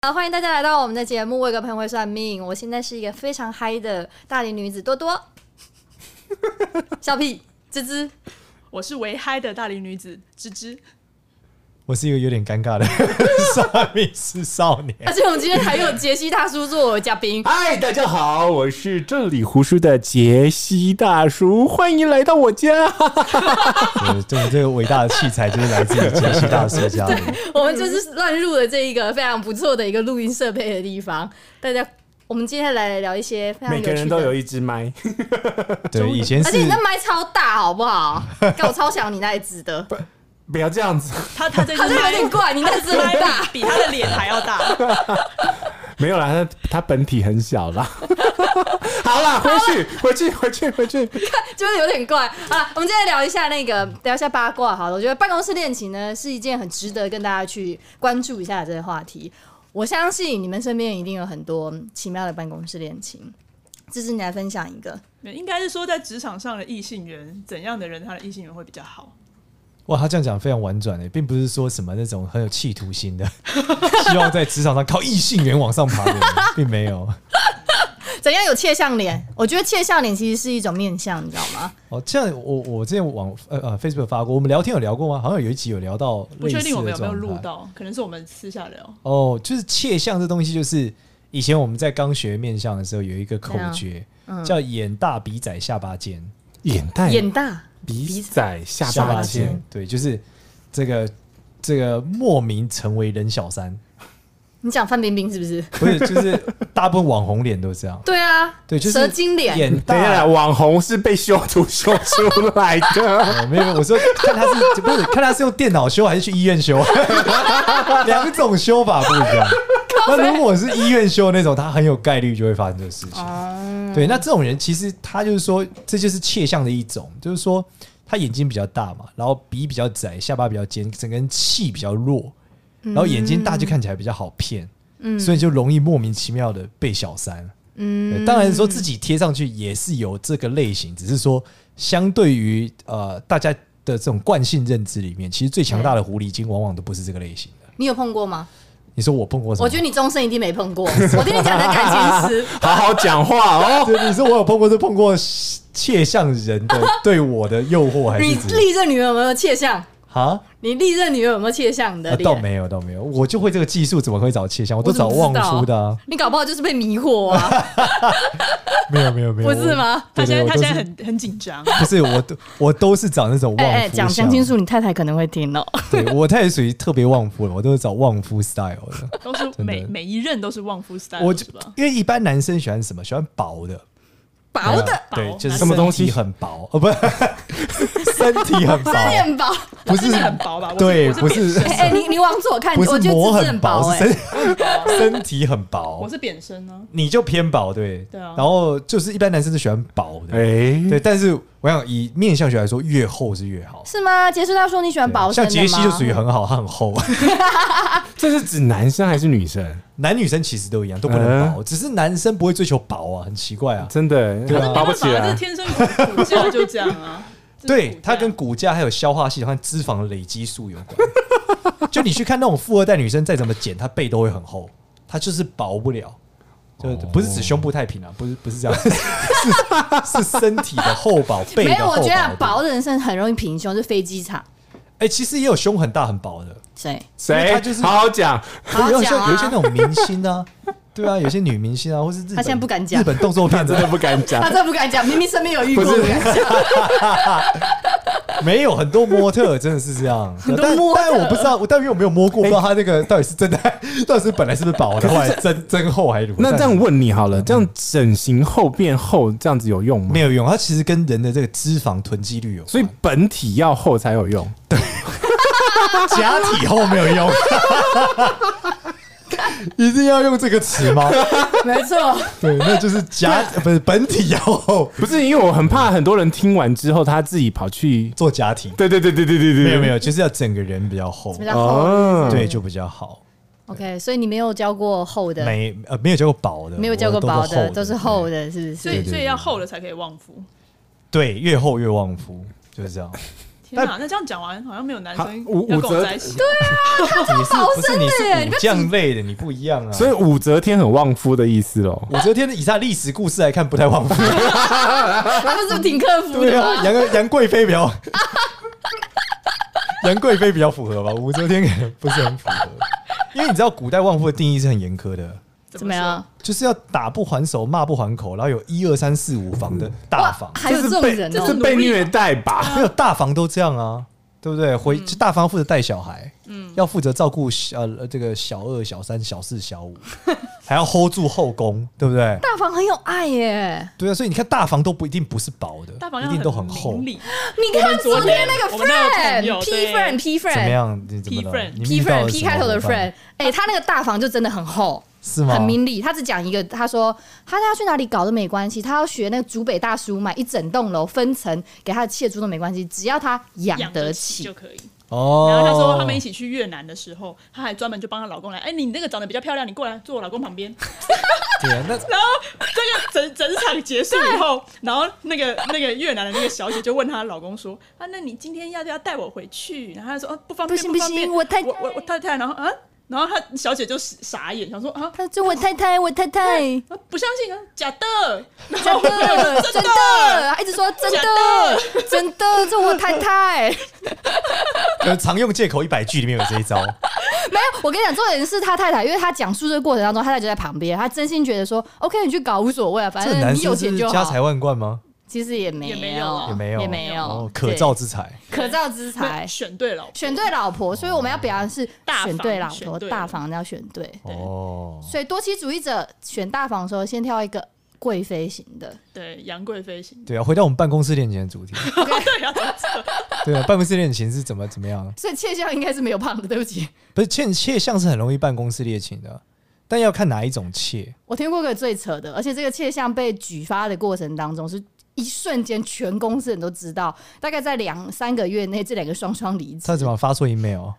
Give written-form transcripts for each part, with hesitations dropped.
欢迎大家来到我们的节目《我有个朋友会算命》。我现在是一个非常嗨的大龄女子多多，笑屁芝芝， 我是为嗨的大龄女子芝芝， 我是一个有点尴尬的算命师少年， 而且我们今天还有杰西大叔做我的嘉宾。 嗨，大家好，我是这里胡说的杰西大叔，欢迎来到我家。 这个伟大的器材就是来自于杰西大叔家里。 我们就是乱入了这一个非常不错的一个录音设备的地方。大家，我们今天来聊一些非常有趣的。 每个人都有一支麦， 对，以前是， 而且你那麦超大，好不好？干我超想你那一支的。 不要这样子。 他这支有点怪，你那支麦大， 比他的脸还要大。 没有啦，他本体很小啦。好啦，回去， 就是有点怪啊。我们接着聊一下聊一下八卦好了。我觉得办公室恋情呢是一件很值得跟大家去关注一下的这个话题。我相信你们身边一定有很多奇妙的办公室恋情。芝芝，你来分享一个。 应该是说在职场上的异性缘，怎样的人他的异性缘会比较好？ 哇，他这样讲非常婉转诶，并不是说什么那种很有企图心的，希望在职场上靠异性缘往上爬的人，并没有。 怎样有切相脸？我觉得切相脸其实是一种面相，你知道吗？ 哦，这样我之前Facebook 发过，我们聊天有聊过吗？好像有一集有聊到类似的状态， 不确定我们有没有录到，可能是我们私下聊。 哦，就是切相这东西，就是以前我们在刚学面相的时候有一个口诀，叫眼大鼻窄下巴尖。 眼大鼻窄下巴尖， 对，就是这个莫名成为人小三。 你讲范冰冰是不是？ 不是，就是大部分网红脸都这样。 对啊， 对，就是蛇精脸。 眼大， 等一下，网红是被修图修出来的。 没有，我说看他是用电脑修还是去医院修，两种修法不一样。那如果是医院修那种，他很有概率就会发生这个事情。对，那这种人其实他就是说，这就是切相的一种，就是说他眼睛比较大嘛，然后鼻比较窄，下巴比较尖，整个人气比较弱，然后眼睛大就看起来比较好骗，所以就容易莫名其妙的被小三。当然说自己贴上去也是有这个类型，只是说相对于大家的这种惯性认知里面，其实最强大的狐狸精往往都不是这个类型的。 你有碰过吗？ 你说我碰过什么？ 我觉得你终身一定没碰过。我听你讲的感情史， 好好讲话哦。 你说我有碰过，是碰过切相人的对我的诱惑，还是你历任女友有没有切相？ 啊？ 你历任女友有没有切相的脸？ 倒没有，我就会这个技术，怎么会找切相？我都找旺夫的啊。 你搞不好就是被迷惑啊。 没有， 不是吗？ 他现在很紧张。 不是，我都是找那种旺夫。 讲清楚，你太太可能会听哦。 对，我太太属于特别旺夫了，我都是找旺夫 style 的。 都是每一任都是旺夫 style，是吧？ 因为一般男生喜欢什么？喜欢薄的。 薄的， 对，就是什么东西很薄哦，不是身体很薄， 面薄， 不是很薄吧？ 对，不是。 你往左看， 不是膜很薄，是身体很薄。 我是扁身呢， 你就偏薄，对啊。 然后就是一般男生都喜欢薄的，对。但是我想以面相学来说，越厚是越好， 是吗？杰斯他说你喜欢薄身的吗？ 像杰西就属于很好，他很厚。 这是指男生还是女生？ 男女生其实都一样，都不能薄，只是男生不会追求薄啊，很奇怪啊， 真的，薄不起来。 这天生骨架就这样啊。 对，它跟骨架还有消化系统和脂肪的累积数有关。就你去看那种富二代女生，再怎么减，她背都会很厚，她就是薄不了。就不是指胸部太平啊，不是这样，是身体的厚薄，背的厚薄。没有， 我觉得薄的人生很容易平胸，是飞机场。 其实也有胸很大很薄的。 谁？ 他就是好好讲， 有一些那种明星啊，对啊，有些女明星啊，或是他现在不敢讲日本动作片， 真的不敢讲， 他真的不敢讲，明明身边有遇过，不敢讲。 没有很多模特真的是这样，但我不知道，因为我没有摸过，不知道他那个到底是真的，到底是本来是不是薄的，后来真厚还是如何？ 那这样问你好了，这样整形后变厚，这样子有用吗？ 没有用，它其实跟人的这个脂肪囤积率有关， 所以本体要厚才有用。 对，假体厚没有用。一定要用这个词吗？ 没错， 对，那就是不是本体要厚， 不是因为我很怕很多人听完之后他自己跑去做假体。 对， 没有，就是要整个人比较厚， 比较厚， 对，就比较好。 OK， 所以你没有教过厚的， 没有教过薄的， 没有教过薄的，都是厚的，是不是？ 所以要厚的才可以旺夫。 对，越厚越旺夫，就是这样。 天哪，那这样讲完好像没有男生武要跟我则在一起。 你是不是你是武将类的，你不一样啊。 所以武则天很旺夫的意思咯。 武则天以他历史故事来看，不太旺夫。 他不是挺克服对的吗？ 啊，杨贵妃比较，杨贵妃比较符合吧？武则天可能不是很符合，因为你知道古代旺夫的定义是很严苛的。 怎么样？ 就是要打不还手，骂不还口，然后有1、2、3、4、5房的大房， 还有这种人哦， 这是被虐待吧？ 没有大房都这样啊，对不对？大房负责带小孩，要负责照顾这个小2、小3、小4、小5，还要 hold 住后宫，对不对？ 大房很有爱耶。 对啊，所以你看大房都不一定不是薄的， 大房一定都很厚。 明理你看昨天那个我们那个朋友 P friend 怎么样？你怎么了 P friend P 开头的 friend， 他那个大房就真的很厚。 是吗？ 很明理，他只讲一个，他说他要去哪里搞都没关系，他要学那个竹北大叔买一整栋楼分层给他的妾租都没关系，只要他养得起就可以。 哦。 然后他说他们一起去越南的时候，他还专门就帮她老公来，你那个长得比较漂亮，你过来坐我老公旁边。 对啊，那然后这个整场结束以后，然后那个越南的那个小姐就问她老公说：“那你今天要带我回去？”然后他说：“不方便， 不行，我太太。”然后他小姐就傻眼，想说啊， 他说我太太， 不相信啊，假的， 真的，一直说真的，这我太太。 常用借口100句里面有这一招。 没有，我跟你讲，重点是他太太，因为他讲述这个过程当中，他太太就在旁边，他真心觉得说 ，OK， 你去搞无所谓啊，反正你有钱就好。 家财万贯吗？ 其实也没有， 可造之才， 选对老婆，所以我们要表扬是选对老婆，大房要选对。 哦， 所以多妻主义者选大房的时候，先挑一个贵妃型的， 对，杨贵妃型。 对啊，回到我们办公室恋情的主题。对啊，办公室恋情是怎么样？ 所以妾相应该是没有胖的，对不起。 不是妾相是很容易办公室恋情的。但要看哪一种妾。 我听过个最扯的，而且这个妾相被举发的过程当中是一瞬间全公司人都知道，大概在2-3个月内这2个双离职。 他怎么发错 email？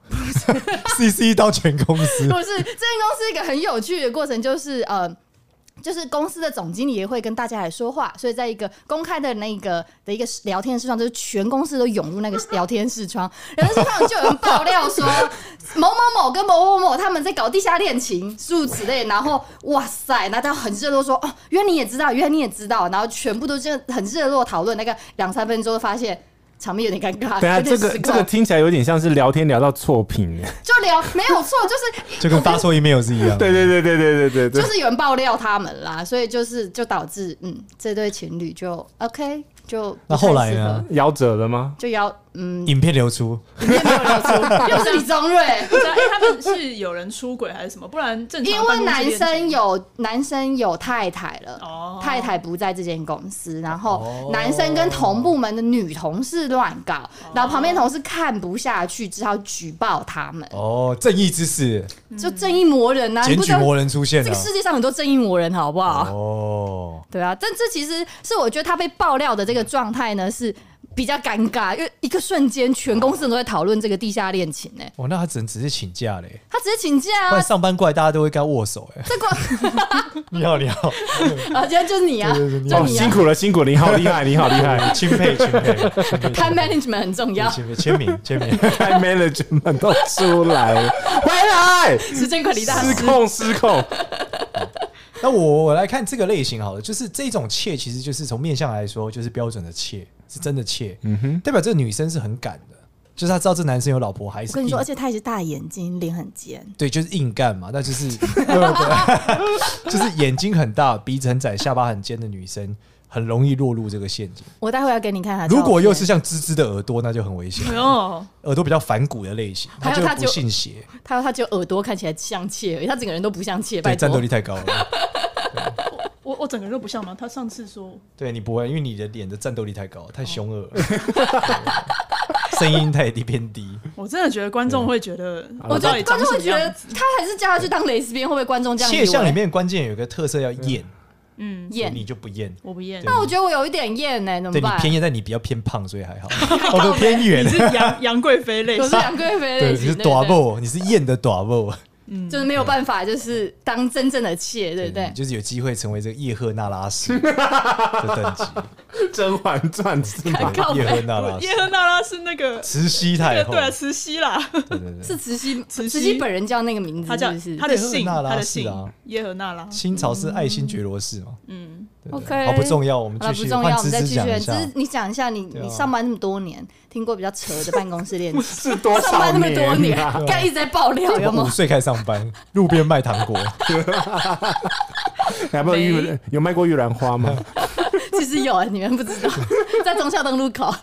CC 到全公司？ 不是，这间公司一个很有趣的过程就是公司的总经理也会跟大家来说话，所以在一个公开的一个聊天视窗，就是全公司都涌入那个聊天视窗，聊天视窗就有人爆料说某某某跟某某某他们在搞地下恋情，诸如此类，然后哇塞，大家很热络说哦，原来你也知道，然后全部都这样很热络讨论，那个2-3分钟就发现。场面有点尴尬。 对啊，这个听起来有点像是聊天聊到错评， 就聊没有错，就是就跟发错 email 是一样的。 对， 就是有人爆料他们啦，所以就导致这对情侣就 OK 就那后来呢？ 夭折了吗？ 就影片流出， 影片没有流出，又是李宗瑞。 他们是有人出轨还是什么？不然正常因为男生有太太了，太太不在这间公司，然后男生跟同部门的女同事乱搞，然后旁边同事看不下去，只好举报他们。 哦，正义之士， 就正义魔人啊！ 检举魔人出现了。 这个世界上很多正义魔人，好不好？ 哦， 对啊，但这其实是我觉得他被爆料的这个状态呢是比较尴尬，因为一个瞬间全公司人都在讨论这个地下恋情呢。 那他只是请假嘞， 他只是请假啊， 不然上班过来大家都会跟他握手哎。 这个你好啊，今天就是你啊，就你啊， 辛苦了，你好厉害， 钦佩。 Time management 很重要， 签名 ，Time management 都出来了，回来， 时间管理大师， 失控。 那我来看这个类型好了，就是这种妾，其实就是从面相来说，就是标准的妾，是真的妾，代表这个女生是很敢的，就是她知道这男生有老婆，还是我跟你说，而且她也是大眼睛，脸很尖， 对，就是硬干嘛，那就是就是眼睛很大，鼻子很窄，下巴很尖的女生。很容易落入这个陷阱。 我待会要给你看她。 如果又是像芝芝的耳朵，那就很危险。耳朵比较反骨的类型， 他就不信邪。 他就耳朵看起来像妾而已，他整个人都不像妾。 对，战斗力太高了。 我整个人都不像吗？他上次说， 对你不会，因为你的脸的战斗力太高，太凶恶了，声音太偏低。 我真的觉得观众会觉得， 我觉得观众会觉得他还是叫他去当蕾丝边，会不会观众这样以为？ 窃像里面关键有一个特色要艳。 艳你就不艳， 我不艳。 那我觉得我有一点艳呢，怎么办？ 对你偏艳，但你比较偏胖，所以还好。我都偏远。 你是杨贵妃类型， 我是杨贵妃类型。 对，你是大某，你是艳的大某。 就是没有办法，就是当真正的妾，对不对？ 就是有机会成为这个叶赫那拉氏的等级， 《甄嬛传》是吗？ 叶赫那拉氏， 叶赫那拉是那个慈禧太后， 对啊，慈禧啦， 对， 是慈禧本人叫那个名字， 他叫是不是？ 他的姓， 叶赫那拉他的姓氏啊， 叶赫那拉。 清朝是爱新觉罗氏嘛？对 OK， 好，不重要，我们好了， 继续不重要，我们再换芝芝继续。 讲一下只是。你讲一下，你上班那么多年，听过比较扯的办公室恋情， 是多上班少那么多年啊？， 刚一直在爆料，有没 5 有？ 岁开始上班，路边卖糖果， 有卖过玉兰花吗？ 其实有，你们不知道，在忠孝东路口。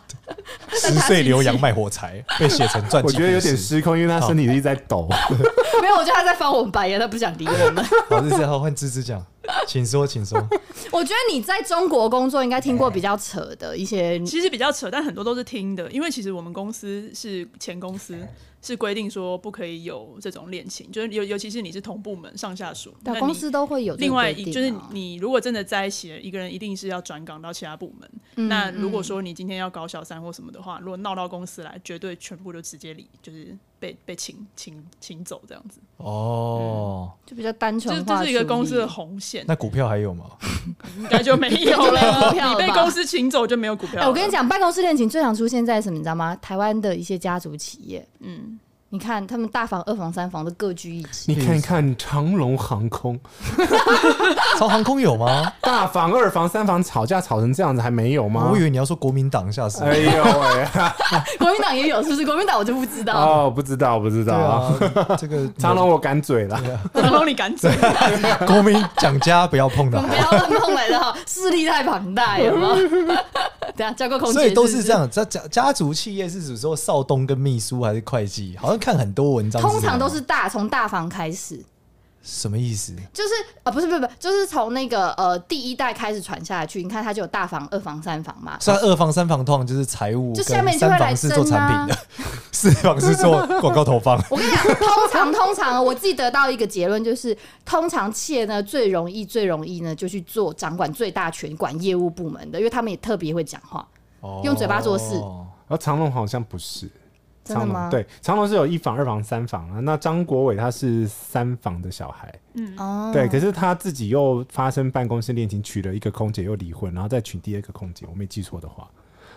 10岁留洋卖火柴，被写成传记故事。 我觉得有点失控，因为他身体一直在抖。 没有，我觉得他在翻我们白眼，他不想理我们。 好，这后换芝芝讲，请说，请说。 我觉得你在中国工作，应该听过比较扯的一些。 其实比较扯，但很多都是听的，因为其实我们公司是前公司是规定说不可以有这种恋情，就是尤其是你是同部门上下属， 对，公司都会有这个另外规定啊。 就是你如果真的在一起了，一个人一定是要转岗到其他部门。那如果说你今天要搞小三或什么的话，如果闹到公司来，绝对全部都直接就是被请走这样子。 哦， 就比较单纯化， 这是一个公司的红线， 那股票还有吗？ 应该就没有就没有了。 股票了吧你被公司请走就没有股票了。 我跟你讲，办公室恋情最常出现在什么，你知道吗？台湾的一些家族企业，你看他们大房、2房、3房都各居一室。 你看看长龙航空， 长航空有吗？ 大房、2房、3房吵架吵成这样子还没有吗？ 我以为你要说国民党，吓死我！ 哎呦喂！ 国民党也有，是不是？国民党我就不知道。 哦，不知道，不知道。 对啊，这个长龙我敢嘴了， 长龙你敢走？ 国民蒋家不要碰的我们不。要乱碰来的哈，势力太庞大，有没有？等下交个空姐， 所以都是这样，家族企业是指说少东跟秘书还是会计？好像看很多文章， 通常都是从大房开始。 什么意思？ 就是不是，就是从那个第一代开始传下去。你看，它就有大房、2房、3房嘛。 虽然2房、3房通常就是财务， 就下面就会来 3房是做产品的，4房是做广告投放。 我跟你讲，通常我自己得到一个结论，就是通常企业呢最容易呢就去做掌管最大权、管业务部门的，因为他们也特别会讲话，用嘴巴做事。 而长龙好像不是。 真的吗？ 对，长龙是有1房、2房、3房啊。那张国伟他是3房的小孩，对，可是他自己又发生办公室恋情，娶了一个空姐又离婚，然后再娶第2个空姐，我没记错的话。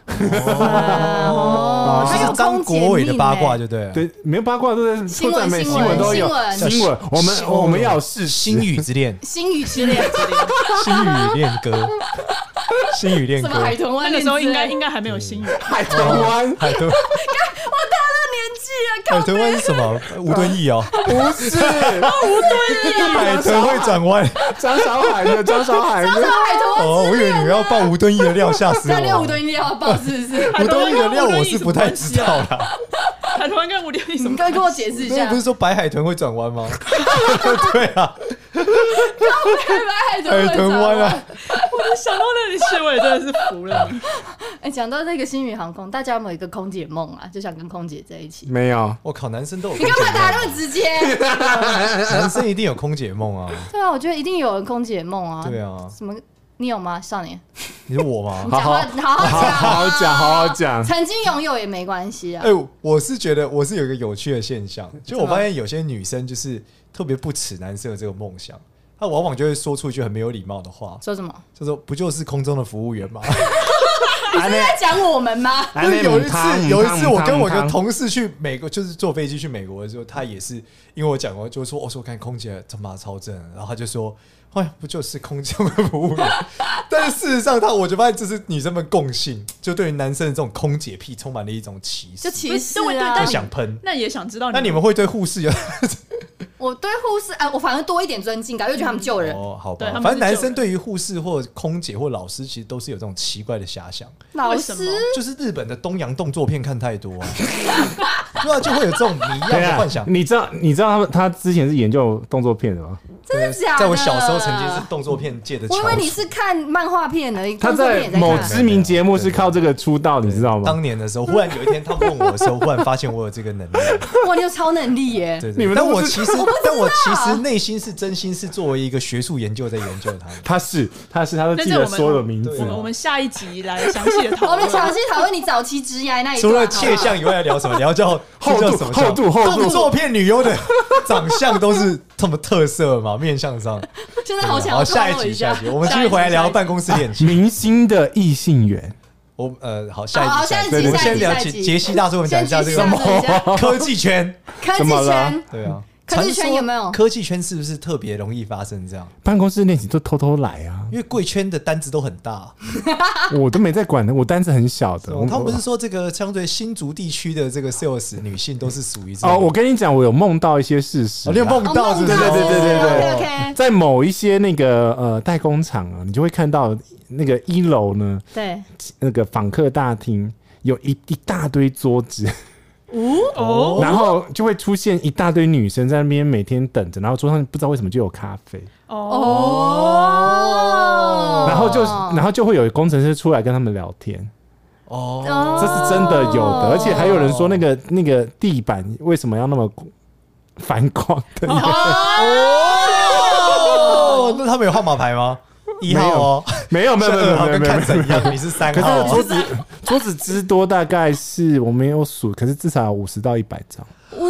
还有张国伟的八卦就对了。 对，没有八卦，都是新闻新闻都有新闻。我们要有事实。 星语之恋， 星语之恋， 星语恋歌，星语恋歌。 什么海豚湾？ 那个时候应该还没有新语。 海豚湾， 海豚。海豚湾是什么？吴敦义哦， 不是， 吴敦义， 海豚会转弯。 张韶涵的，张韶涵的。 海豚湾。 哦，我以为你们要爆吴敦义的料，吓死我！ 要吴敦义要爆是不是？ 吴敦义的料我是不太知道啦。 海豚湾跟吴敦义什么？ 你刚跟我解释一下。 不是说白海豚会转弯吗？对啊， 海豚湾啊！ 我想到那里去，我也真的是服了。 哎，讲到那个星宇航空，大家有没有一个空姐梦啊？就想跟空姐在一起？ 没有。 我靠，男生都有。 你干嘛答那么直接？ 男生一定有空姐梦啊！ 对啊，我觉得一定有人空姐梦啊！ 对啊， 什么？你有吗，少年？ 你说我吗？ 好好讲。曾经拥有也没关系啊。 我是觉得我是有一个有趣的现象，就我发现有些女生就是特别不耻男生的这个梦想，她往往就会说出一句很没有礼貌的话。 说什么？ 就说不就是空中的服务员吗？ 你是在讲我们吗？ 有一次我跟我的同事去美国，就是坐飞机去美国的时候，他也是因为我讲过，就说我说看空姐他妈超正，然后他就说。哎，不就是空中的服务员？但是事实上，我就发现这是女生们共性，就对于男生的这种空姐癖充满了一种歧视， 就歧视啊， 就想喷。 那也想知道， 那你们会对护士有？ 我对护士我反而多一点尊敬感，因为觉得他们救人。 哦，好吧，反正男生对于护士或空姐或老师，其实都是有这种奇怪的遐想。 老师就是日本的东洋动作片看太多啊，对啊，就会有这种迷样的幻想。 你知道他之前是研究动作片的吗？ 真的假的？ 在我小时候曾经是动作片界的。 我以为你是看漫画片的， 他在某知名节目是靠这个出道，你知道吗？ 当年的时候，忽然有一天他们问我的时候，忽然发现我有这个能力。 哇，你有超能力耶！ 对，但我其实内心是真心是作为一个学术研究在研究他。 他都记得所有的名字。 我们下一集来详细的讨论。 我们详细讨论你早期职涯那一段。 除了窃相以外，聊什么？聊叫厚度， 动作片女优的长相都是这么特色嘛，面相上。 现在好想好，下一集，我们继续回来聊办公室恋情。 明星的异性缘。 好，下一集， 我们先聊杰西大叔，我们讲一下这个科技圈。对啊。 科技圈有没有？ 科技圈是不是特别容易发生这样？ 办公室恋情都偷偷来啊， 因为贵圈的单子都很大， 我都没在管的，我单子很小的。 他们不是说这个相对新竹地区的这个 sales 女性都是属于我跟你讲，我有梦到一些事实。 你有梦到是不是？ 对，在某一些那个代工厂啊，你就会看到那个1楼呢， 对， 那个访客大厅有一大堆桌子。然后就会出现一大堆女生在那边每天等着，然后桌上不知道为什么就有咖啡然后就会有工程师出来跟他们聊天这是真的有的，而且还有人说那个地板为什么要那么反光的那他们有号码牌吗？1号没有， 跟看诊一样，你是3号。 可是桌子之多大概是我没有数，可是至少有50到100张。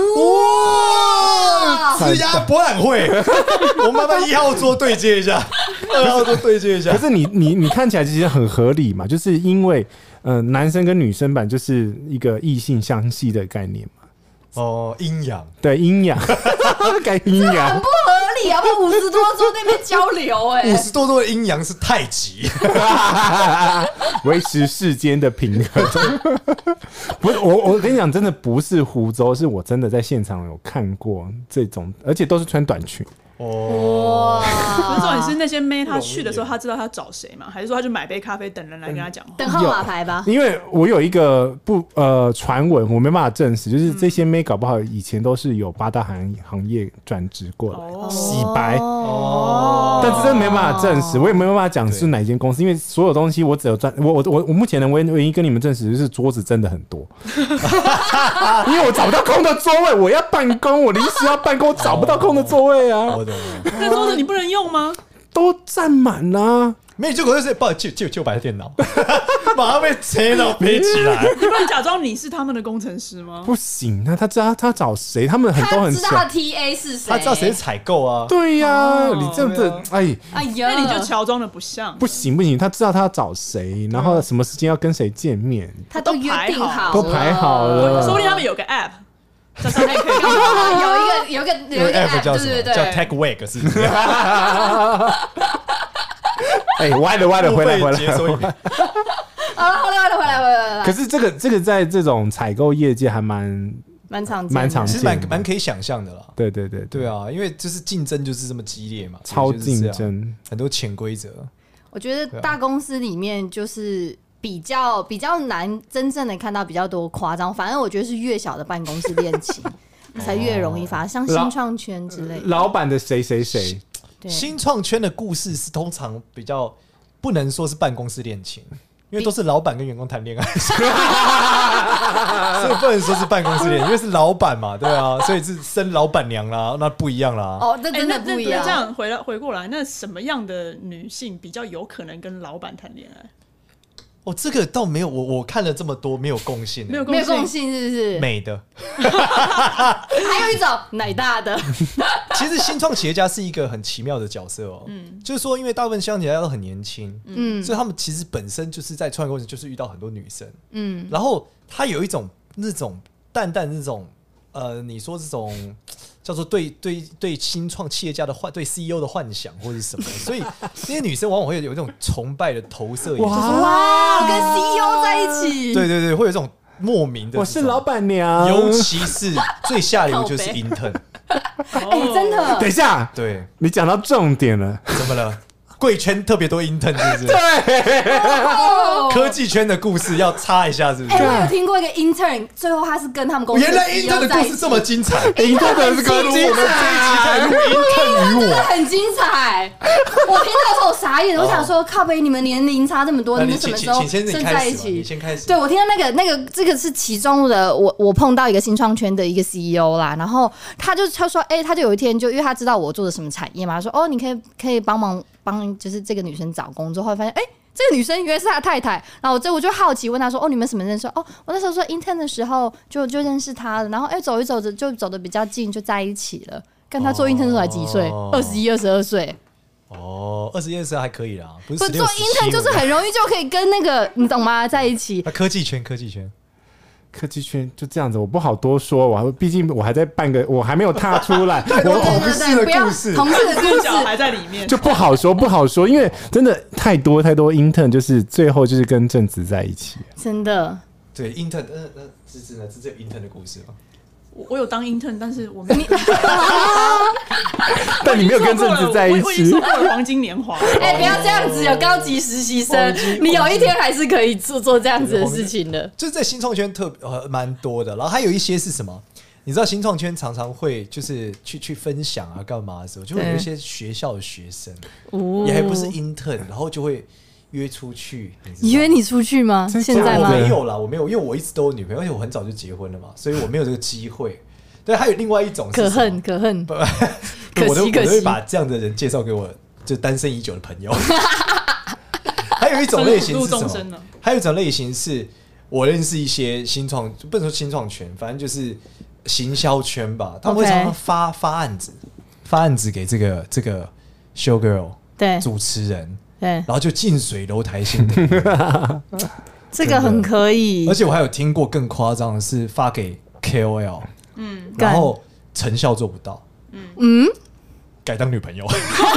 哇！质押博览会，我们慢慢1号桌对接一下，2号桌对接一下。 可是你看起来其实很合理嘛，就是因为男生跟女生版就是一个异性相吸的概念嘛。 阴阳， 对，阴阳，该阴阳很不合理啊！不50多桌那边交流 50多桌的阴阳是太极， 维持世间的平衡。不是我跟你讲，真的不是湖州，是我真的在现场有看过这种，而且都是穿短裙。 哇！可是重点是那些妹，她去的时候，她知道她找谁吗？还是说她就买杯咖啡等人来跟她讲话？ 等号码牌吧。 因为我有一个传闻，我没办法证实，就是这些妹搞不好以前都是有8大行业转职过来洗白但是真的没办法证实，我也没办法讲是哪一间公司，因为所有东西我只有我目前能唯一跟你们证实就是桌子真的很多，因为我找不到空的座位，我要办公，我临时要办公，我找不到空的座位啊。 那桌子你不能用吗？ 都占满啦。 没有，结果就是不好就摆电脑，马上被车到飞起来。 你不能假装你是他们的工程师吗？ 不行啊，他知道他找谁，他们都很知道他 TA 是谁， 他知道谁是采购啊。 对呀，你这样子， 哎呀，那你就乔装的不像。 不行，他知道他要找谁，然后什么时间要跟谁见面， 他都约定好， 都排好了。 说不定他们有个 app。在上面可以有一个 app 叫什么？叫 TechWag 是不是？ 歪了，回来。 好了，回来。 可是这个在这种采购业界还蛮常见， 其实蛮可以想象的啦。 对啊，因为就是竞争就是这么激烈嘛， 超竞争， 很多潜规则。 我觉得大公司里面就是比较难真正的看到比较多夸张，反正我觉得是越小的办公室恋情才越容易发生，像新创圈之类的。 老板的谁， 新创圈的故事是通常比较不能说是办公室恋情，因为都是老板跟员工谈恋爱，所以不能说是办公室恋情，因为是老板嘛，对啊，所以是生老板娘啦，那不一样啦。 那真的不一样。 这样回过来，那什么样的女性比较有可能跟老板谈恋爱？ 这个倒没有，我看了这么多，没有共性， 没有共性是不是？ 美的， 还有一种奶大的。 其实新创企业家是一个很奇妙的角色就是说，因为大部分新创企业家都很年轻，所以他们其实本身就是在创业过程就是遇到很多女生，然后他有一种那种淡淡那种你说这种叫做对新创企业家的对 CEO 的幻想或者是什么，所以这些女生往往会有一种崇拜的投射， 哇，跟 CEO 在一起， 对，会有这种莫名的， 我是老板娘， 尤其是最下流就是 intern， 真的， 等一下， 对你讲到重点了， 怎么了？贵圈特别多 intern 是不是？ 对， 科技圈的故事要插一下是不是？ 我有听过一个 intern， 最后他是跟他们公司原来 intern 的故事这么精彩 ，intern 的是更精彩， 我们这一集才录 intern 与我， 真的很精彩。我听到的时候我傻眼，我想说靠北，你们年龄差这么多，你们什么时候生在一起？ 你先开始。 对，我听到那个这个是其中的，我碰到一个新创圈的一个 CEO 啦，然后他说，他就有一天就因为他知道我做的什么产业嘛，他说你可以帮就是这个女生找工作，后来发现这个女生原来是他的太太，然后我就好奇问他说：“哦，你们什么认识？”哦，我那时候说 intern 的时候就认识他了，然后走一走着就走得比较近，就在一起了。跟他做 intern 的时候才几岁？21、22岁。 哦，21、22还可以啦，不是做 intern 就是很容易就可以跟那个你懂吗？在一起。 科技圈就这样子，我不好多说。毕竟我还在我还没有踏出来。 我同事的故事， 同事的故事还在里面， 就不好说，因为真的太多 intern， 就是最后就是跟正职在一起。 真的。 对 intern， 芝芝呢？这有 intern 的故事吗？ 我有当 intern， 但是我没有。 但你没有跟正职在一起。 我已经错过了黄金年华。 不要这样子，有高级实习生，你有一天还是可以做这样子的事情的。 就是在新创圈蛮多的，然后还有一些是什么？你知道新创圈常常会就是去分享啊干嘛的时候，就会有一些学校的学生，也还不是 intern， 然后就会约出去。 约你出去吗？现在吗？ 我没有啦，我没有，因为我一直都有女朋友，而且我很早就结婚了嘛，所以我没有这个机会。对，还有另外一种是可恨， 我都会把这样的人介绍给我就单身已久的朋友。还有一种类型是什么？还有一种类型是我认识一些新创，不能说新创圈，反正就是行销圈吧。他们会常常发案子给这个 show girl 对主持人， 对， 然后就近水楼台先得月。 这个很可以。 而且我还有听过更夸张的是发给 KOL。然后成效做不到，改当女朋友，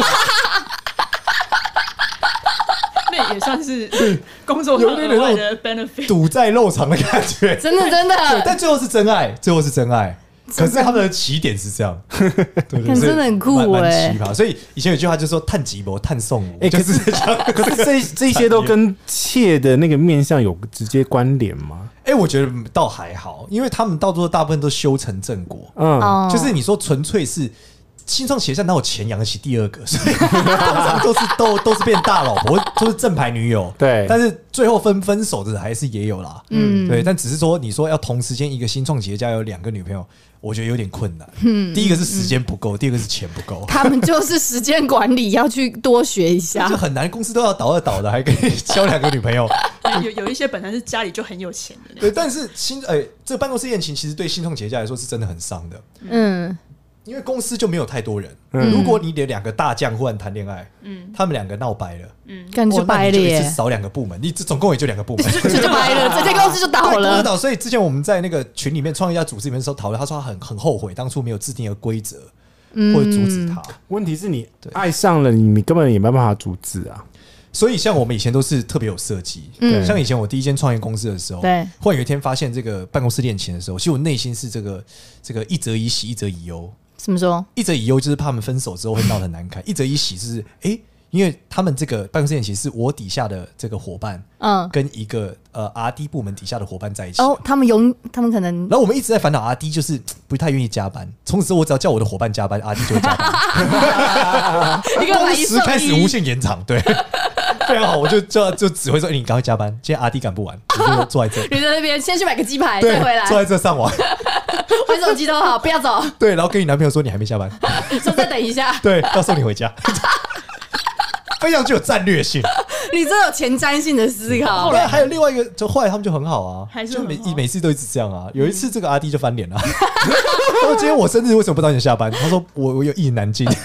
那也算是工作上额外的 benefit， 赌在肉偿的感觉， 真的， 对，但最后是真爱，可是他们的起点是这样，对， 真的很酷蛮奇葩。所以以前有句话就说“探吉伯，探送我”，就是这样。 可是这些都跟妾的那个面向有直接关联吗？ 我觉得倒还好，因为他们到最后大部分都修成正果，就是你说纯粹是新创企业家哪有钱养得起第二个，所以通常都是变大老婆，都是正牌女友， 对。 但是最后分手的还是也有啦，对。但只是说你说要同时间一个新创企业家有2个女朋友，我觉得有点困难。第一个是时间不够，第二个是钱不够。 他们就是时间管理要去多学一下， 就很难，公司都要倒的，还可以交2个女朋友。 有一些本来是家里就很有钱的， 对。但是这个办公室恋情其实对新创企业家来说是真的很伤的，因为公司就没有太多人。如果你的2个大将忽然谈恋爱，他们2个闹掰了， 感觉掰了耶， 少2个部门，你总共也就2个部门， 这就掰了，这间公司就倒了。 所以之前我们在那个群里面创业家组织里面的时候讨论，他说他很后悔当初没有制定一个规则或者阻止他。 问题是你爱上了，你根本也没办法阻止啊。 所以像我们以前都是特别有设计，像以前我第一间创业公司的时候，忽然有一天发现这个办公室恋情的时候，其实我内心是这个一则以喜，一则以忧。 怎么说？ 一则以忧就是怕他们分手之后会闹得很难看，一则以喜就是因为他们这个办公室恋情是我底下的这个伙伴，跟一个RD 部门底下的伙伴在一起。 他们可能， 然后我们一直在烦恼 RD 就是不太愿意加班。从此之后，我只要叫我的伙伴加班，RD 就会加班。工时开始无限延长，对，非常好。我就只会说，你赶快加班，今天 RD 赶不完，你就坐在这里。 你在那边先去买个鸡排，再回来， 坐在这上网， 玩手机都好，不要走。 对，然后跟你男朋友说你还没下班， 说再等一下， 对，要送你回家。非常具有战略性， 你真的有前瞻性的思考。 后来还有另外一个，就后来他们就很好啊， 还是就每次都一直这样啊。有一次这个RD就翻脸了，他说：“今天我生日，为什么不早点下班？”他说：“我有一言难尽。”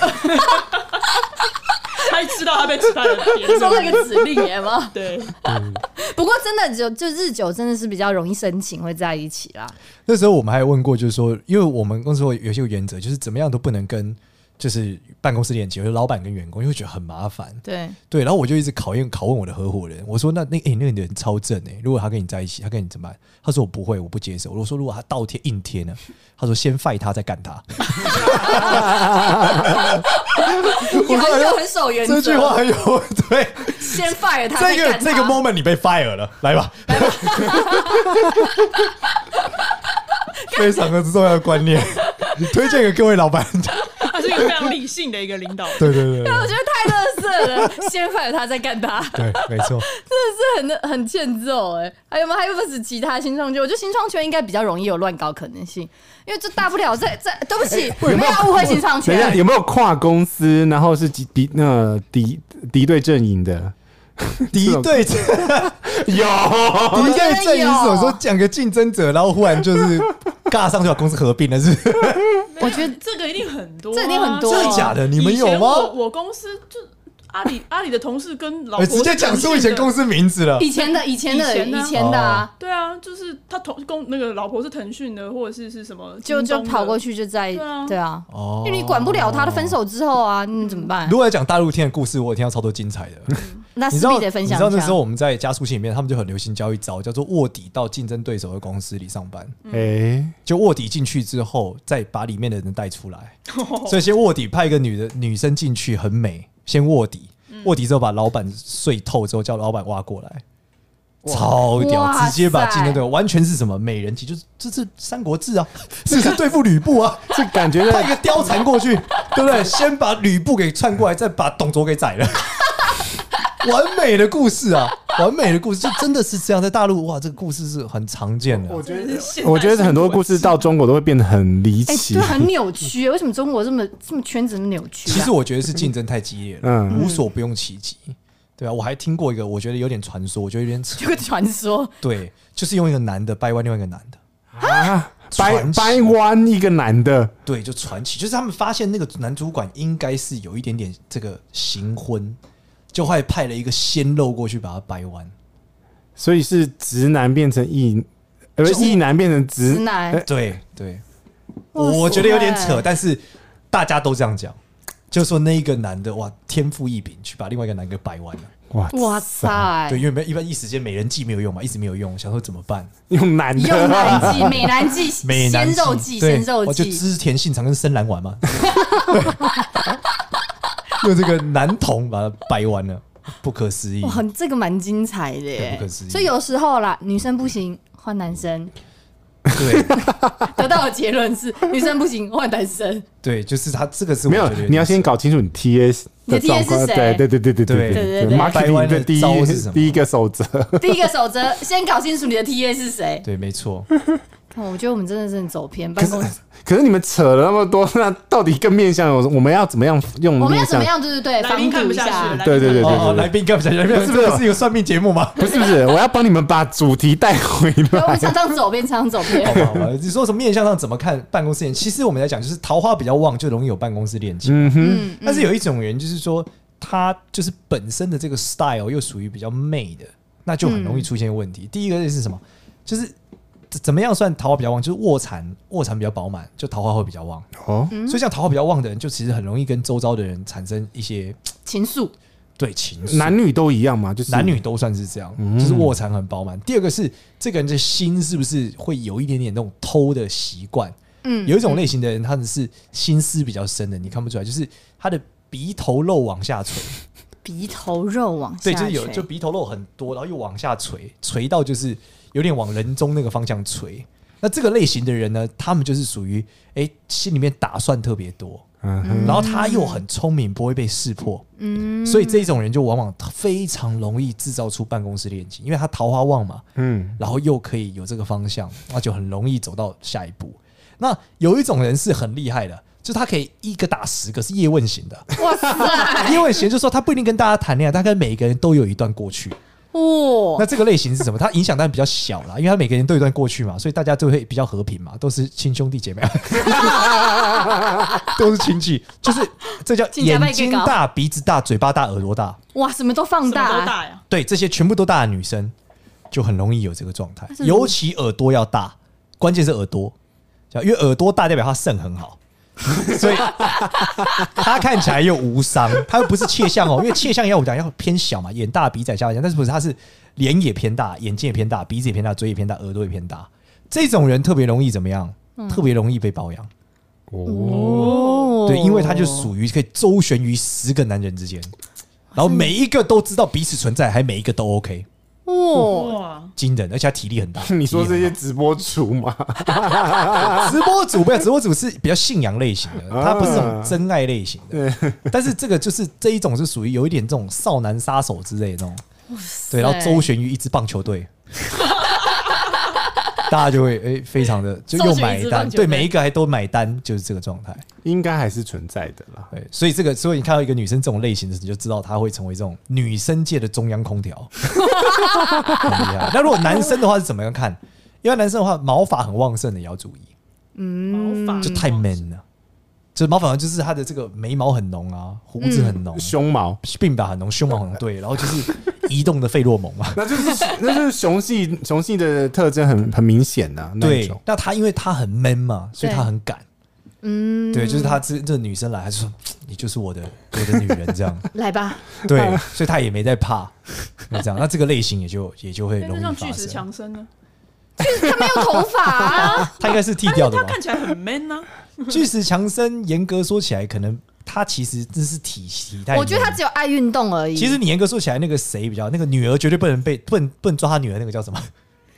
他知道他被其他人收那个指令耶吗？ 对。 不过真的就日久真的是比较容易生情，会在一起啦。 那时候我们还有问过，就是说，因为我们公司会有些原则，就是怎么样都不能跟。就是办公室恋情，就是老板跟员工，因为觉得很麻烦。对，然后我就一直拷问我的合伙人，我说那个人超正如果他跟你在一起，他跟你怎么办？他说我不会，我不接受。我说如果他倒贴硬贴呢？他说先 fight 他再干他。 你很守原则， 这句话很有对。 先 fire 他再干他。 这个 moment 你被 fire 了，来吧。非常的重要的观念，推荐给各位老板。 他是一个非常理性的一个领导人。 对， 但我觉得太垃圾了，先 fire 他再干他。 对，没错， 真的是很欠揍还有不是其他新创圈？我觉得新创圈应该比较容易有乱搞可能性，因为这大不了在对不起，不要误会新创圈。 有没有跨公司，然后是敌对阵营的？ 敌对阵有敌对阵营是有时候讲个竞争者，然后忽然就是尬上就把公司合并了，是不是？ 我觉得这个一定很多、啊， 这一定很多， 真的假的？你们有吗？ 我公司就阿里的同事跟老婆直接讲出以前公司名字了。 以前的啊， 对啊，就是他那个老婆是腾讯的，或者是什么， 就跑过去就在对啊， 哦， 因为你管不了他的分手之后啊，你怎么办？ 如果来讲大陆天的故事，我有听到超多精彩的。 那势必得分享一下。 你知道那时候我们在加速器里面，他们就很流行教一招，叫做卧底到竞争对手的公司里上班。就卧底进去之后，再把里面的人带出来。所以先卧底派一个女生进去，很美，先卧底。卧底之后把老板睡透之后，叫老板挖过来，超屌，直接把竞争对手完全是什么美人计，就是这是《三国志》啊，这是对付吕布啊， 这感觉派一个貂蝉过去，对不对？先把吕布给窜过来，再把董卓给宰了。完美的故事啊，完美的故事，就真的是这样。在大陆，哇，这个故事是很常见的。 我觉得很多故事到中国都会变得很离奇， 对，很扭曲。为什么中国这么圈子那么扭曲？ 其实我觉得是竞争太激烈了，无所不用其极。对啊，我还听过一个，我觉得有点传说，我觉得有点扯。 有个传说， 对，就是用一个男的掰弯另外一个男的啊，掰弯一个男的， 对，就传奇，就是他们发现那个男主管应该是有一点点这个行婚。就会派了一个鲜肉过去把他掰弯， 所以是直男变成异男变成直男， 对，我觉得有点扯，但是大家都这样讲，就说那一个男的哇天赋异禀，去把另外一个男的掰弯了， 哇塞， 对，因为一般一时间美人计没有用嘛，一直没有用，想说怎么办？ 用男的， 用男计、美男计、鲜肉计、鲜肉计， 就织田信长跟深蓝丸嘛。用这个男童把他掰弯了，不可思议！ 哇，这个蛮精彩的耶， 不可思议。 所以有时候啦，女生不行换男生， 对， 得到的结论是女生不行换男生。对， 就是他这个是没有，你要先搞清楚你 TS 的状况。对，marketing 的第一个守则， 先搞清楚你的 TA 是谁。 对，没错。 我觉得我们真的是很走偏办公室。 可是你们扯了那么多，那到底跟面向我们要怎么样用？ 我们要怎么样？对， 来宾看不下去。 对， 来宾看不下去，是不是一个算命节目吗？ 不是，我要帮你们把主题带回来。 我们常常走偏， 好吧，你说什么面向上怎么看办公室恋情？其实我们来讲，就是桃花比较旺，就容易有办公室恋情。但是有一种人，就是说他就是本身的这个 style 又属于比较媚的，那就很容易出现问题。第一个是什么？就是怎么样算桃花比较旺？就是卧蚕比较饱满，就桃花会比较旺。所以像桃花比较旺的人，就其实很容易跟周遭的人产生一些情愫。 对，情愫， 男女都一样嘛，就是男女都算是这样，就是卧蚕很饱满。第二个是这个人的心是不是会有一点点那种偷的习惯？有一种类型的人，他们是心思比较深的，你看不出来，就是他的鼻头肉往下垂。 鼻头肉往下垂， 对，就是就鼻头肉很多，然后又往下垂，垂到就是有点往人中那个方向垂。那这个类型的人呢，他们就是属于心里面打算特别多，然后他又很聪明，不会被识破，所以这种人就往往非常容易制造出办公室恋情，因为他桃花旺嘛，然后又可以有这个方向，那就很容易走到下一步。那有一种人是很厉害的。就是他可以一个打10个，是叶问型的。哇塞！叶问型就是说他不一定跟大家谈恋爱，他跟每一个人都有一段过去。那这个类型是什么？他影响当然比较小啦，因为他每个人都有一段过去嘛，所以大家就会比较和平嘛，都是亲兄弟姐妹，都是亲戚。就是这叫眼睛大、鼻子大、嘴巴大、耳朵大。 哇，什么都放大， 什么都大呀！ 对，这些全部都大的女生就很容易有这个状态，尤其耳朵要大，关键是耳朵，因为耳朵大代表他肾很好。所以他看起来又无伤，他又不是窃相哦，因为窃相要我讲要偏小嘛，眼大鼻窄下巴，但是不是他是脸也偏大，眼睛也偏大，鼻子也偏大，嘴也偏大，耳朵也偏大，这种人特别容易怎么样？特别容易被包养。对，因为他就属于可以周旋于10个男人之间，然后每一个都知道彼此存在，还每一个都 OK。哇，惊人，而且他体力很大。 你说这些直播主吗？ 直播主不要，直播主是比较信仰类型的，他不是这种真爱类型的。但是这个就是这一种是属于有一点这种少男杀手之类的那种，对，然后周旋于一支棒球队。 大家就会非常的就又买单，对每一个还都买单，就是这个状态， 应该还是存在的啦。 对，所以你看到一个女生这种类型的，你就知道她会成为这种女生界的中央空调，很厉害。那如果男生的话是怎么样看？因为男生的话毛发很旺盛的也要注意， 毛发就太 man 了。就是毛发就是他的这个眉毛很浓啊，胡子很浓， 胸毛鬓发很浓，胸毛很浓，对，然后就是移动的费洛蒙嘛， 那就是雄性的特征很明显的对。那他因为他很 man 嘛，所以他很敢，对，就是他这女生来，他就说你就是我的女人这样， 来吧， 对，所以他也没在怕，这样，那这个类型也就会容易发生。 巨石强森呢？ 他没有头发啊， 他应该是剃掉的吧？ 他看起来很 man 啊。 巨石强森严格说起来，可能他其实真是体态。 我觉得他只有爱运动而已。 其实你严格说起来，那个谁比较，那个女儿绝对不能抓他女儿，那个叫什么？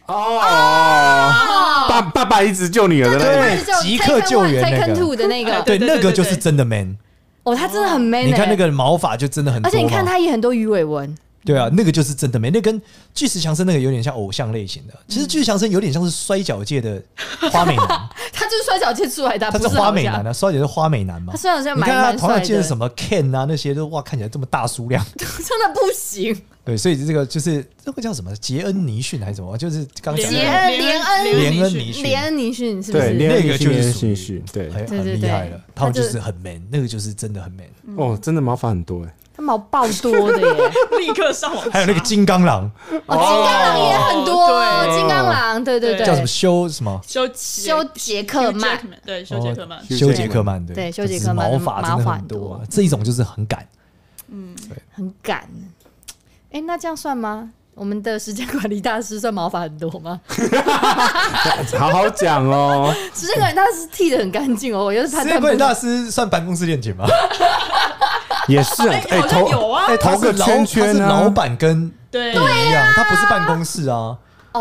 爸爸一直救女儿的那个，即刻救援那个， 对，那个就是真的 man。 哦，他真的很 man。 你看那个毛发就真的很多， 而且你看他也很多鱼尾纹。 对啊，那个就是真的 man，那跟巨石强森那个有点像偶像类型的。其实巨石强森有点像是摔跤界的花美男， 他就是摔跤界出来的， 他是花美男啊，摔跤是花美男嘛。 他摔跤界你看他同样界是什么 Ken 啊那些都哇看起来这么大数量， 真的不行。 对，所以这个就是这个叫什么杰恩尼逊还是什么？就是刚讲连恩尼逊是不是？ 对， 那个就是逊逊，对， 很厉害了。他们就是很 man， 那个就是真的很 man。 哦，真的毛发很多哎。 他毛爆多的耶， 立刻上网。 还有那个金刚狼， 金刚狼也很多，金刚狼，对， 叫什么休杰克曼， 对，休杰克曼， 休杰克曼， 对，休杰克曼毛发真的很多，这一种就是很敢， 对，很敢。那这样算吗？我们的时间管理大师算毛发很多吗？ 好好讲哦， 时间管理大师剃得很干净哦，我又是时间管理大师算办公室恋情吗？ 也是啊， 有啊， 投个圈圈啊，他是老板跟对一样，他不是办公室啊。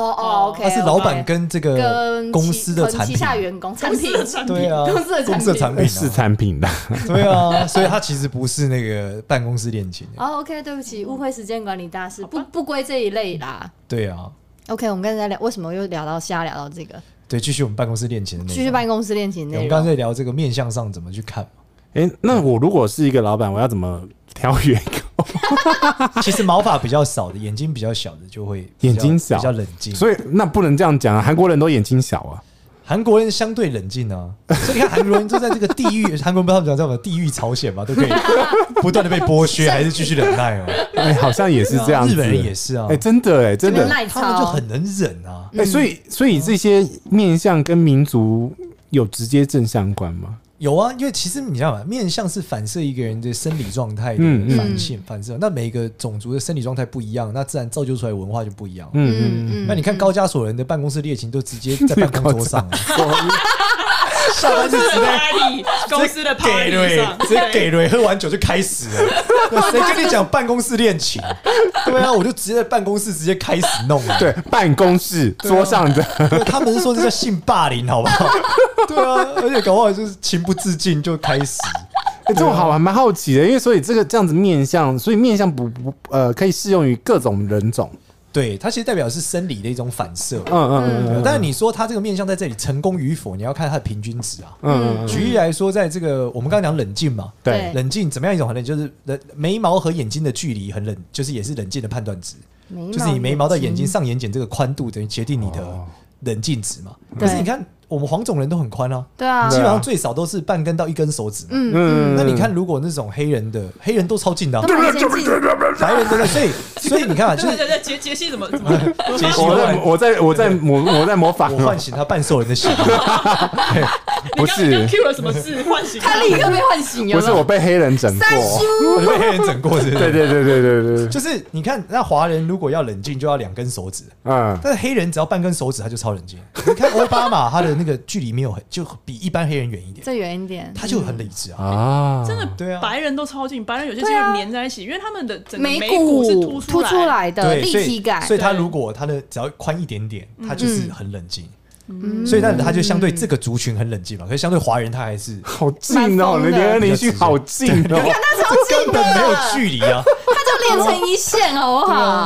OK， 他是老板跟这个公司的产品， 旗下员工产品， 对啊， 公司的产品是产品的， 对啊，所以他其实不是那个办公室恋情。 OK， 对不起，误会时间管理大师，不归这一类啦。 对啊 ，OK， 我们刚才聊，为什么又聊到这个？ 对，继续我们办公室恋情的内容， 继续办公室恋情内容。 我们刚才在聊这个面向上怎么去看。 那我如果是一个老板，我要怎么挑员工？ 其实毛发比较少的，眼睛比较小的就会眼睛小， 比较冷静。 所以那不能这样讲啊，韩国人都眼睛小啊。 韩国人相对冷静啊，所以你看韩国人就在这个地狱，韩国人不知道他们讲叫什么地狱朝鲜嘛，都可以不断的被剥削，还是继续忍耐哦。 好像也是这样子， 日本人也是啊。 真的真的， 他们就很能忍啊。 所以这些面向跟民族有直接正相关吗？ 有啊，因为其实你知道吗？面相是反射一个人的生理状态的反射。那每个种族的生理状态不一样，那自然造就出来的文化就不一样。那你看高加索人的办公室恋情都直接在办公桌上，下班就直接公司的 party 上， 直接给瑞，喝完酒就开始了。谁跟你讲办公室恋情？对啊，我就直接在办公室直接开始弄了。 对，办公室桌上的， 他们是说这叫性霸凌，好不好？对啊，而且搞不好就是情不自禁就开始。 这我还蛮好奇的，因为所以这样子面相，所以面相可以适用于各种人种。 对，它其实代表是生理的一种反射。但是你说它这个面相在这里成功与否，你要看它的平均值啊。举例来说，在这个我们刚刚讲冷静嘛， 对， 冷静怎么样一种很冷，就是眉毛和眼睛的距离很冷，就是也是冷静的判断值。就是你眉毛到眼睛上眼睑这个宽度，等于决定你的冷静值嘛。可是你看。我们黄种人都很宽啊， 对啊， 基本上最少都是半根到一根手指嘛。那你看，如果那种黑人都超近的，白人真的，所以你看啊，就是杰西怎么？ 杰西， 我在模仿， 我唤醒他半兽人的血。 不是 Q 了什么字唤醒？ 他立刻被唤醒了。 不是我被黑人整过， 你被黑人整过， 对， 就是你看，那华人如果要冷静，就要2根手指，但是黑人只要半根手指，他就超冷静。你看奥巴马他的那个距离没有就比一般黑人远一点， 再远一点， 他就很理智啊。 真的， 对啊， 白人都超近，白人有些是粘在一起，因为他们的整个眉骨是凸出来的立体感， 所以他如果他的只要宽一点点，他就是很冷静。所以那他就相对这个族群很冷静嘛，可是相对华人他还是好近哦，连恩尼逊好近哦， 你看他超近的， 根本没有距离啊， 他就连成一线好不好？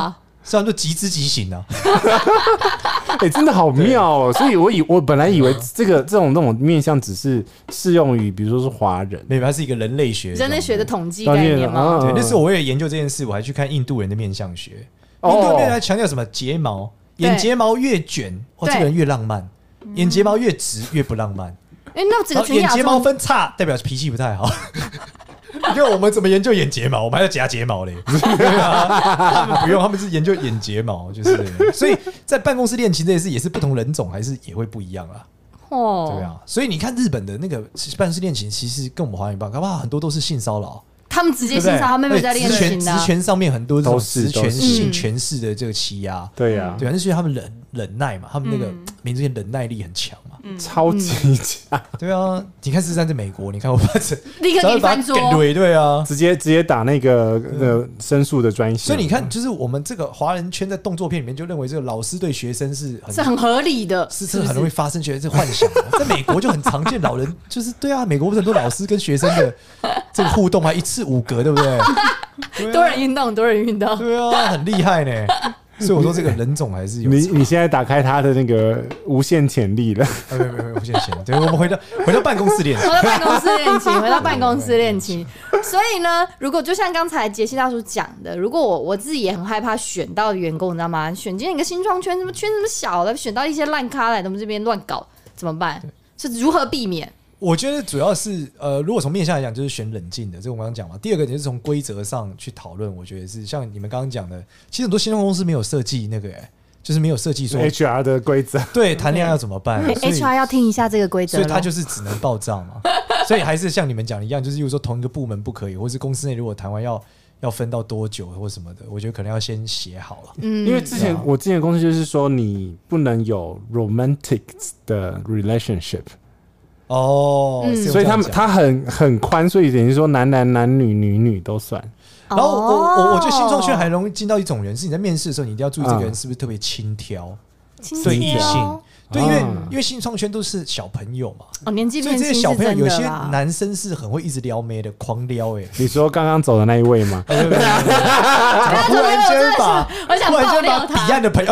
虽然说极之极行啊。 真的好妙哦！所以我本来以为这种面向只是适用于比如说是华人， 没有，它是一个人类学的统计概念吗？ 对，那时候我为了研究这件事，我还去看印度人的面相学。印度人面相强调什么？睫毛，眼睫毛越卷，这个人越浪漫；眼睫毛越直，越不浪漫。 那整个眼睫毛分叉，代表脾气不太好。你看我们怎么研究眼睫毛？我们还要夹睫毛嘞。对啊，他们不用，他们是研究眼睫毛，就是所以在办公室恋情这件事也是不同人种还是也会不一样啊。对啊，所以你看日本的那个办公室恋情，其实跟我们华人一样，搞不好很多都是性骚扰。 他们直接性骚扰，他们没有在恋情的。 职权上面很多这种职权性权势的这个欺压。 对呀， 对啊，那是因为他们忍耐嘛，他们那个民族性忍耐力很强嘛。 超级强。 对啊，你看43在美国，你看我把这立刻给你翻桌， 对啊， 直接打那个申诉的专线。 所以你看，就是我们这个华人圈在动作片里面就认为这个老师对学生是很合理的， 是很容易发生觉得这幻想。在美国就很常见，老人就是对啊，美国不是很多老师跟学生的这个互动还1次5格，对不对？ 多人运动， 对啊，很厉害呢。所以我说这个人种还是有。 你现在打开他的那个无限潜力了。 没有无限潜力。对，我们回到办公室恋情， 回到办公室恋情。所以呢，如果就像刚才杰西大叔讲的，如果我自己也很害怕选到员工，你知道吗？选进一个新创圈，圈这么小的，选到一些烂咖来我们这边乱搞，怎么办？是如何避免？ 我觉得主要是如果从面向来讲，就是选冷静的，这个我刚刚讲嘛。第二个就是从规则上去讨论，我觉得是像你们刚刚讲的，其实很多新创公司没有设计那个就是没有设计说 HR 的规则， 对谈恋爱要怎么办 ？HR 要听一下这个规则， 所以他就是只能报账嘛。所以还是像你们讲的一样，就是如果说同一个部门不可以，或是公司内如果谈完要分到多久或什么的，我觉得可能要先写好了。 因为我之前的公司就是说，你不能有 romantic 的 relationship。所以他很宽，所以等于说男女都算。 然后我觉得新创圈还容易进到一种人，是你在面试的时候，你一定要注意这个人是不是特别轻佻，对异性。对，因为新创圈都是小朋友嘛， 年纪偏轻， 所以这些小朋友有些男生是很会一直撩妹的，狂撩你说刚刚走的那一位吗？ 突然间把彼岸的朋友，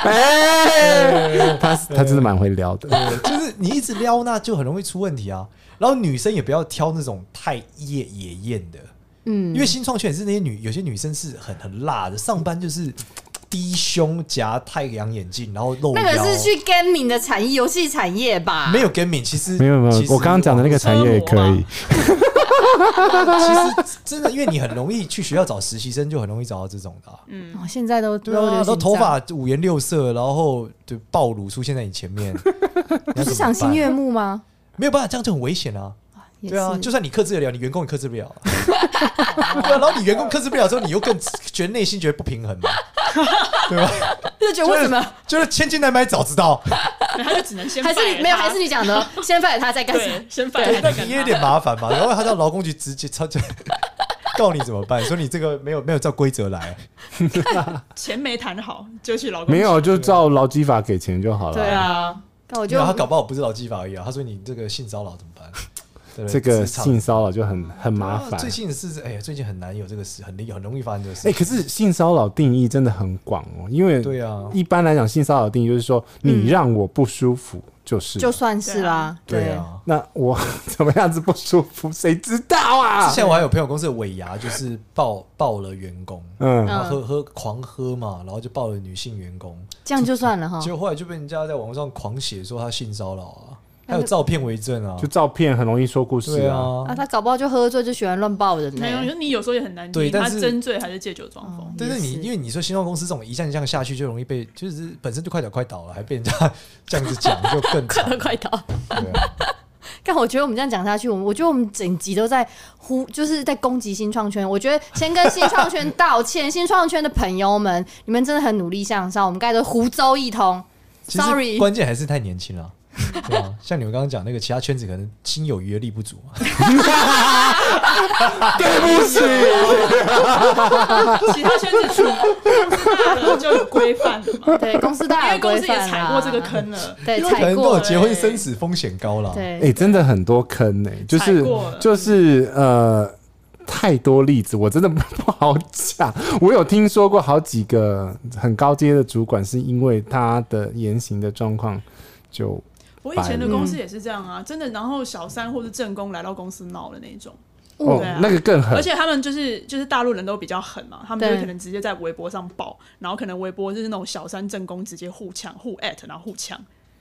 他真的蛮会撩的， 就是你一直撩，那就很容易出问题啊。然后女生也不要挑那种太野艳的，因为新创圈也是那些有些女生是很辣的，上班就是低胸夹太阳眼镜，然后露腰。 那个是去 gaming 的产业，游戏产业吧？ 没有 gaming， 其实没有。我刚刚讲的那个产业也可以。 其实真的，因为你很容易去学校找实习生，就很容易找到这种的。 现在都对啊，然后头发五颜六色，然后就暴露出现在你前面， 不是赏心悦目吗？ 没有办法，这样就很危险啊。对啊，就算你克制得了，你员工也克制不了。对啊，然后你员工克制不了之后，你又更觉得内心觉得不平衡嘛，对吧？ 就觉得为什么？ 就是千金难买早知道， 他就只能先还是没有，还是你讲的先fire他再干什么？ 先fire他， 那你也有点麻烦嘛。然后他到劳工局直接告你怎么办？说你这个没有照规则来， 钱没谈好就去劳工局， 没有就照劳基法给钱就好了。 对啊。 他搞不好不是劳基法而已啊。他说你这个性骚扰怎么办？ 这个性骚扰就很麻烦。 最近是最近很难有这个事，很容易发生这个事。 可是性骚扰定义真的很广哦，因为对啊， 一般来讲性骚扰定义就是说你让我不舒服就算是啦。 对啊， 那我怎么样子不舒服，谁知道啊？ 之前我还有朋友公司的尾牙，就是爆了员工，然后狂喝嘛，然后就爆了女性员工， 这样就算了哈。 结果后来就被人家在网络上狂写说他性骚扰啊。还有照片为证啊， 就照片很容易说故事啊。 他搞不好就喝醉就喜欢乱爆人。 没有，你有时候也很难定他真醉还是借酒装疯。 但是因为你说新创公司这种一项一项下去，就容易被就是本身就快倒了，还被人家这样子讲，就更惨。 快倒。但我觉得我们这样讲下去，我觉得我们整集都在就是在攻击新创圈。我觉得先跟新创圈道歉，新创圈的朋友们，你们真的很努力向上，我们刚才都胡诌一通。Sorry， 关键还是太年轻了。对啊，像你们刚刚讲那个其他圈子可能心有余而力不足嘛。 对不起， 其他圈子大了就有规范了嘛。 对，公司大有规范啦， 因为公司也踩过这个坑了， 对， 可能都有结婚生死风险高了。 对， 真的很多坑就是太多例子，我真的不好讲。我有听说过好几个很高阶的主管是因为他的言行的状况就。 我以前的公司也是这样啊，真的，然后小三或是正宫来到公司闹的那种。对啊， 那个更狠， 而且他们就是大陆人都比较狠嘛，他们就可能直接在微博上爆，然后可能微博就是那种小三正宫直接互呛互@，然后互呛。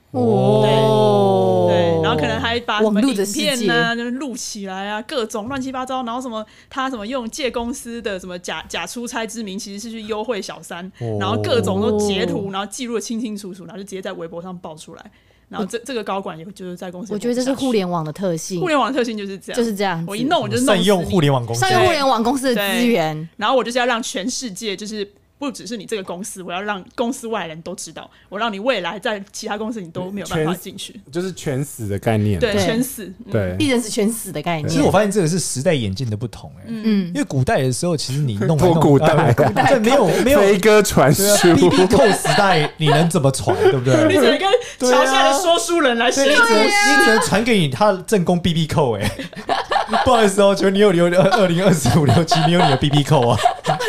对，然后可能还把什么影片啊就是录起来啊，各种乱七八糟，然后什么他什么用借公司的什么假出差之名，其实是去优惠小三，然后各种都截图，然后记录的清清楚楚，然后就直接在微博上爆出来。然后这个高管也就是在公司， 我觉得这是互联网的特性。 互联网的特性就是这样， 就是这样。 我一弄我就弄死你， 善用互联网公司， 善用互联网公司的资源， 然后我就是要让全世界，就是不只是你这个公司，我要让公司外人都知道，我让你未来在其他公司你都没有办法进去， 就是全死的概念。 对，全死， 对， 必然是全死的概念。 其实我发现这个是时代演进的不同，因为古代的时候，其实你弄多古代， 对，没有飞鸽传书 ，BB 扣时代，你能怎么传，对不对？ 你只能跟桥下的说书人来写， 你只能传给你他的正宫 BB 扣，不好意思哦，请问你有202567，你有你的 BB 扣啊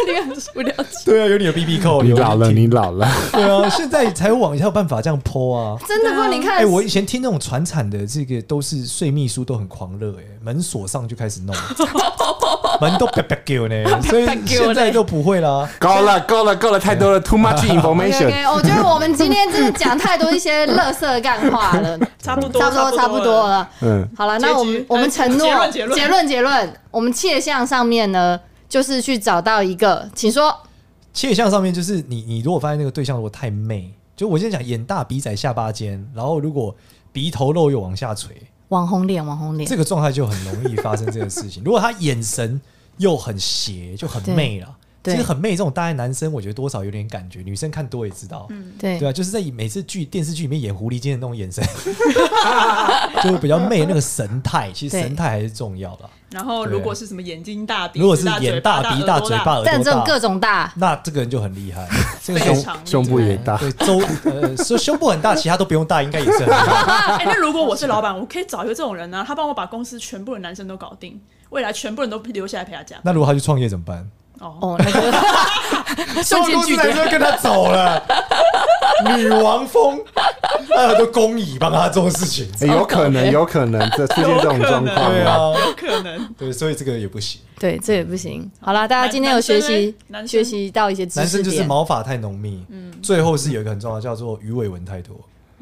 ？202567，对啊，有你的 BB 扣。 你老了，你老了。 对啊，现在才有网才有办法这样 po 啊。 真的不？你看， 我以前听那种传产的这个都是税秘书都很狂热，门锁上就开始弄，门都啪啪叫呢，所以现在都不会啦。 够了，太多了 ，too much information。 我觉得我们今天真的讲太多一些垃圾干话了， 差不多了。好了，那我们承诺结论，我们切项上面呢，就是去找到一个，请说。 切项上面就是你如果发现那个对象如果太媚，就我先讲眼大鼻窄下巴尖，然后如果鼻头肉又往下垂， 网红脸， 这个状态就很容易发生这个事情。如果他眼神又很邪，就很媚了。其实很媚这种，大概男生我觉得多少有点感觉，女生看多也知道。对啊，就是在每次电视剧里面演狐狸精的那种眼神，就比较媚那个神态，其实神态还是重要的。 然后如果是什么眼睛大、鼻如果是眼大、鼻大、嘴巴、耳朵大， 但这种各种大， 那这个人就很厉害。这个胸部也大， 对，说胸部很大，其他都不用大，应该也是很厉害。 那如果我是老板，我可以找一个这种人啊，他帮我把公司全部的男生都搞定，未来全部人都留下来陪他加班。 那如果他去创业怎么办？ 那个瞬间拒绝，跟他走了。女王风，很多公蚁帮他做事情， 有可能这出现这种状况， 对啊， 有可能， 对，所以这个也不行， 对，这也不行。好啦，大家今天有学习到一些知识点， 男生就是毛发太浓密，最后是有一个很重要叫做鱼尾纹太多。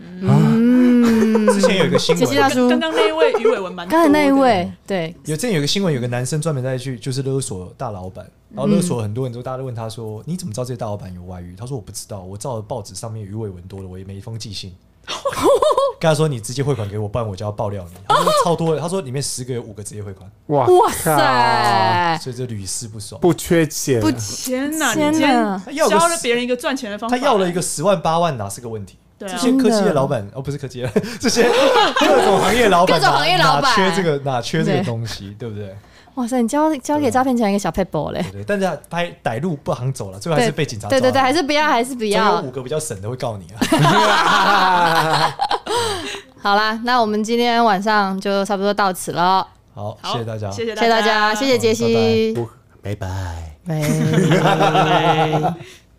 之前有一个新闻， 刚刚那一位鱼尾纹蛮多的， 刚才那一位对， 之前有一个新闻，有个男生专门在去就是勒索大老板，然后勒索很多人之后，大家都问他说：“你怎么知道这些大老板有外遇？”他说：“我不知道，我照着报纸上面鱼尾纹多了，我也没一封寄信。”跟他说：“你直接汇款给我，不然我就要爆料你。”他说：“超多的。”他说：“里面10个有5个直接汇款。” 哇塞！ 所以这屡试不爽， 不缺钱。 天哪！你今天教了别人一个赚钱的方法， 他要了一个10万8万哪是个问题？ 对啊， 这些科技的老板不是科技的，这些各种行业老板，哪缺这个东西，对不对？ 哇塞，你交给诈骗集团一个小 paper 嘞， 对，但是他拍歹路不好走了，最后还是被警察抓。 对，还是不要，总有 5个比较省的会告你啊。 好啦，那我们今天晚上就差不多到此了。 好，谢谢大家， 谢谢大家，谢谢杰西， 拜拜。